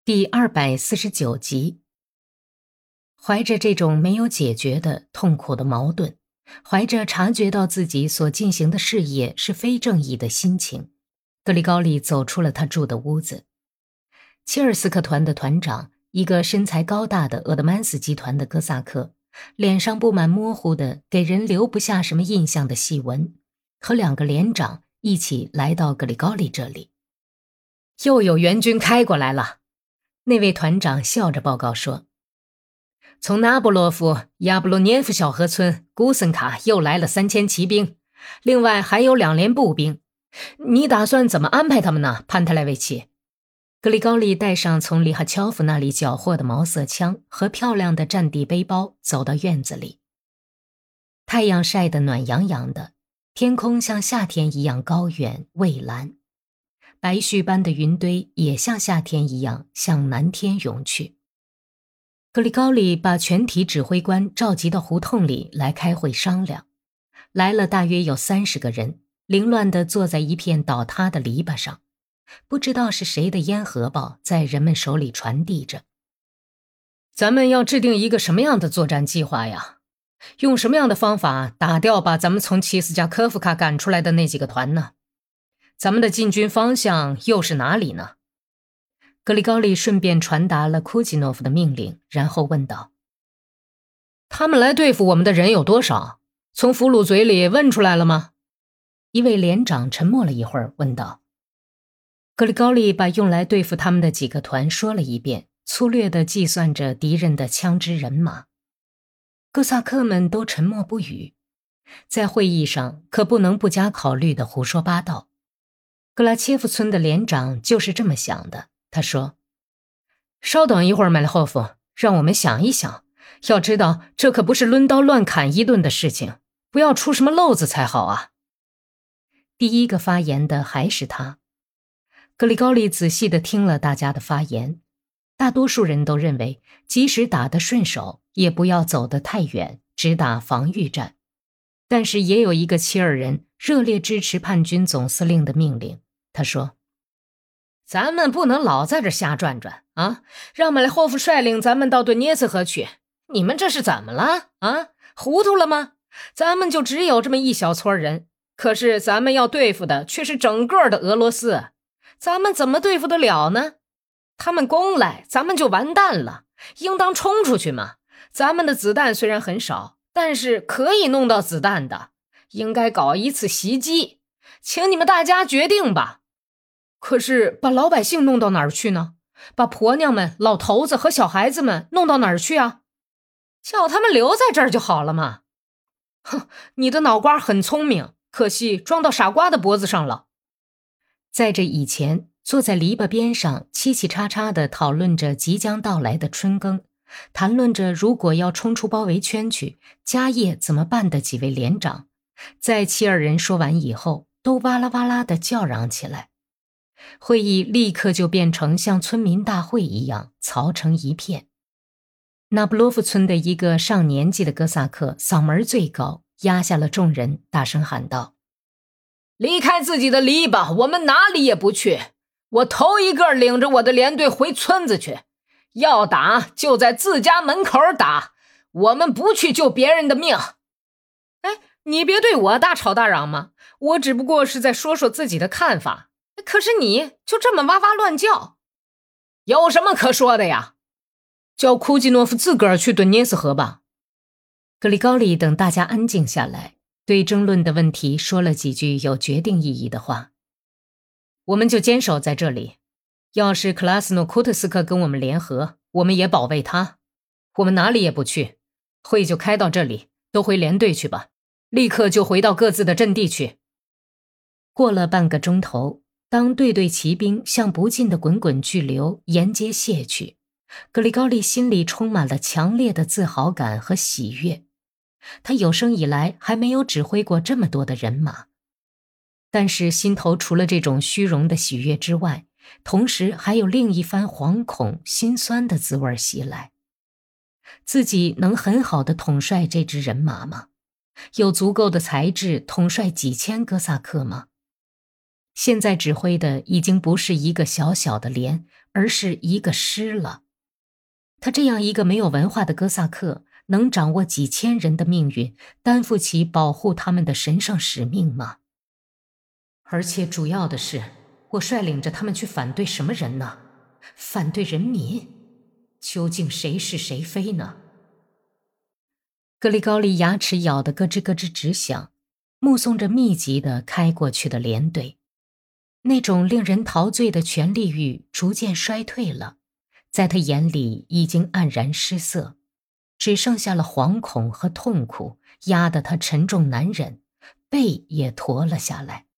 第249集。怀着这种没有解决的痛苦的矛盾，怀着察觉到自己所进行的事业是非正义的心情，格里高利走出了他住的屋子。切尔斯克团的团长，一个身材高大的俄德曼斯集团的哥萨克，脸上布满模糊的给人留不下什么印象的细纹，和2个连长一起来到格里高利这里。又有援军开过来了，那位团长笑着报告说，从纳波罗夫、亚布罗涅夫小河村、古森卡又来了3000骑兵，另外还有2连步兵。你打算怎么安排他们呢，潘特莱维奇？格里高利带上从里哈乔夫那里缴获的毛瑟枪和漂亮的战地背包，走到院子里。太阳晒得暖洋洋的，天空像夏天一样高远蔚蓝，白絮般的云堆也像夏天一样向南天涌去。格里高利把全体指挥官召集到胡同里来开会商量，来了大约有30个人，凌乱地坐在一片倒塌的篱笆上，不知道是谁的烟荷包在人们手里传递着。咱们要制定一个什么样的作战计划呀？用什么样的方法打掉把咱们从齐斯加科夫卡赶出来的那几个团呢？咱们的进军方向又是哪里呢？格里高利顺便传达了库季诺夫的命令，然后问道，他们来对付我们的人有多少？从俘虏嘴里问出来了吗？一位连长沉默了一会儿，问道。格里高利把用来对付他们的几个团说了一遍，粗略地计算着敌人的枪支人马。哥萨克们都沉默不语，在会议上可不能不加考虑地胡说八道。格拉切夫村的连长就是这么想的，他说，稍等一会儿，麦列霍夫，让我们想一想，要知道这可不是抡刀乱砍一顿的事情，不要出什么漏子才好啊。第一个发言的还是他。格里高利仔细地听了大家的发言，大多数人都认为即使打得顺手也不要走得太远，只打防御战。但是也有一个齐尔人热烈支持叛军总司令的命令，他说，咱们不能老在这瞎转转啊！让麦列霍夫率领咱们到顿涅茨河去，你们这是怎么了啊？糊涂了吗？咱们就只有这么一小撮人，可是咱们要对付的却是整个的俄罗斯，咱们怎么对付得了呢？他们攻来，咱们就完蛋了，应当冲出去嘛！咱们的子弹虽然很少，但是可以弄到子弹的，应该搞一次袭击，请你们大家决定吧。可是把老百姓弄到哪儿去呢？把婆娘们、老头子和小孩子们弄到哪儿去啊？叫他们留在这儿就好了嘛。哼，你的脑瓜很聪明，可惜装到傻瓜的脖子上了。在这以前，坐在篱笆边上嘁嘁喳喳地讨论着即将到来的春耕，谈论着如果要冲出包围圈去，家业怎么办的几位连长，在齐尔人说完以后，都哇啦哇啦地叫嚷起来。会议立刻就变成像村民大会一样嘈成一片。那布洛夫村的一个上年纪的哥萨克嗓门最高，压下了众人，大声喊道，离开自己的篱笆，我们哪里也不去，我头一个领着我的连队回村子去，要打就在自家门口打，我们不去救别人的命。哎，你别对我大吵大嚷嘛，我只不过是在说说自己的看法，可是你就这么哇哇乱叫，有什么可说的呀？叫库季诺夫自个儿去顿涅斯河吧。格里高利等大家安静下来，对争论的问题说了几句有决定意义的话。我们就坚守在这里，要是克拉斯诺库特斯克跟我们联合，我们也保卫他。我们哪里也不去，会就开到这里，都回连队去吧，立刻就回到各自的阵地去。过了半个钟头，当队队骑兵向不尽的滚滚巨流沿街泻去，格里高利心里充满了强烈的自豪感和喜悦。他有生以来还没有指挥过这么多的人马，但是心头除了这种虚荣的喜悦之外，同时还有另一番惶恐心酸的滋味袭来。自己能很好的统帅这支人马吗？有足够的才智统帅几千哥萨克吗？现在指挥的已经不是一个小小的连， 而是一个师了。他这样一个没有文化的哥萨克，能掌握几千人的命运，担负起保护他们的神圣使命吗？而且主要的是，我率领着他们去反对什么人呢？反对人民？究竟谁是谁非呢？格里高利牙齿咬得咯吱咯吱直响，目送着密集的开过去的连队。那种令人陶醉的权力欲逐渐衰退了，在他眼里已经黯然失色，只剩下了惶恐和痛苦，压得他沉重难忍，背也驼了下来。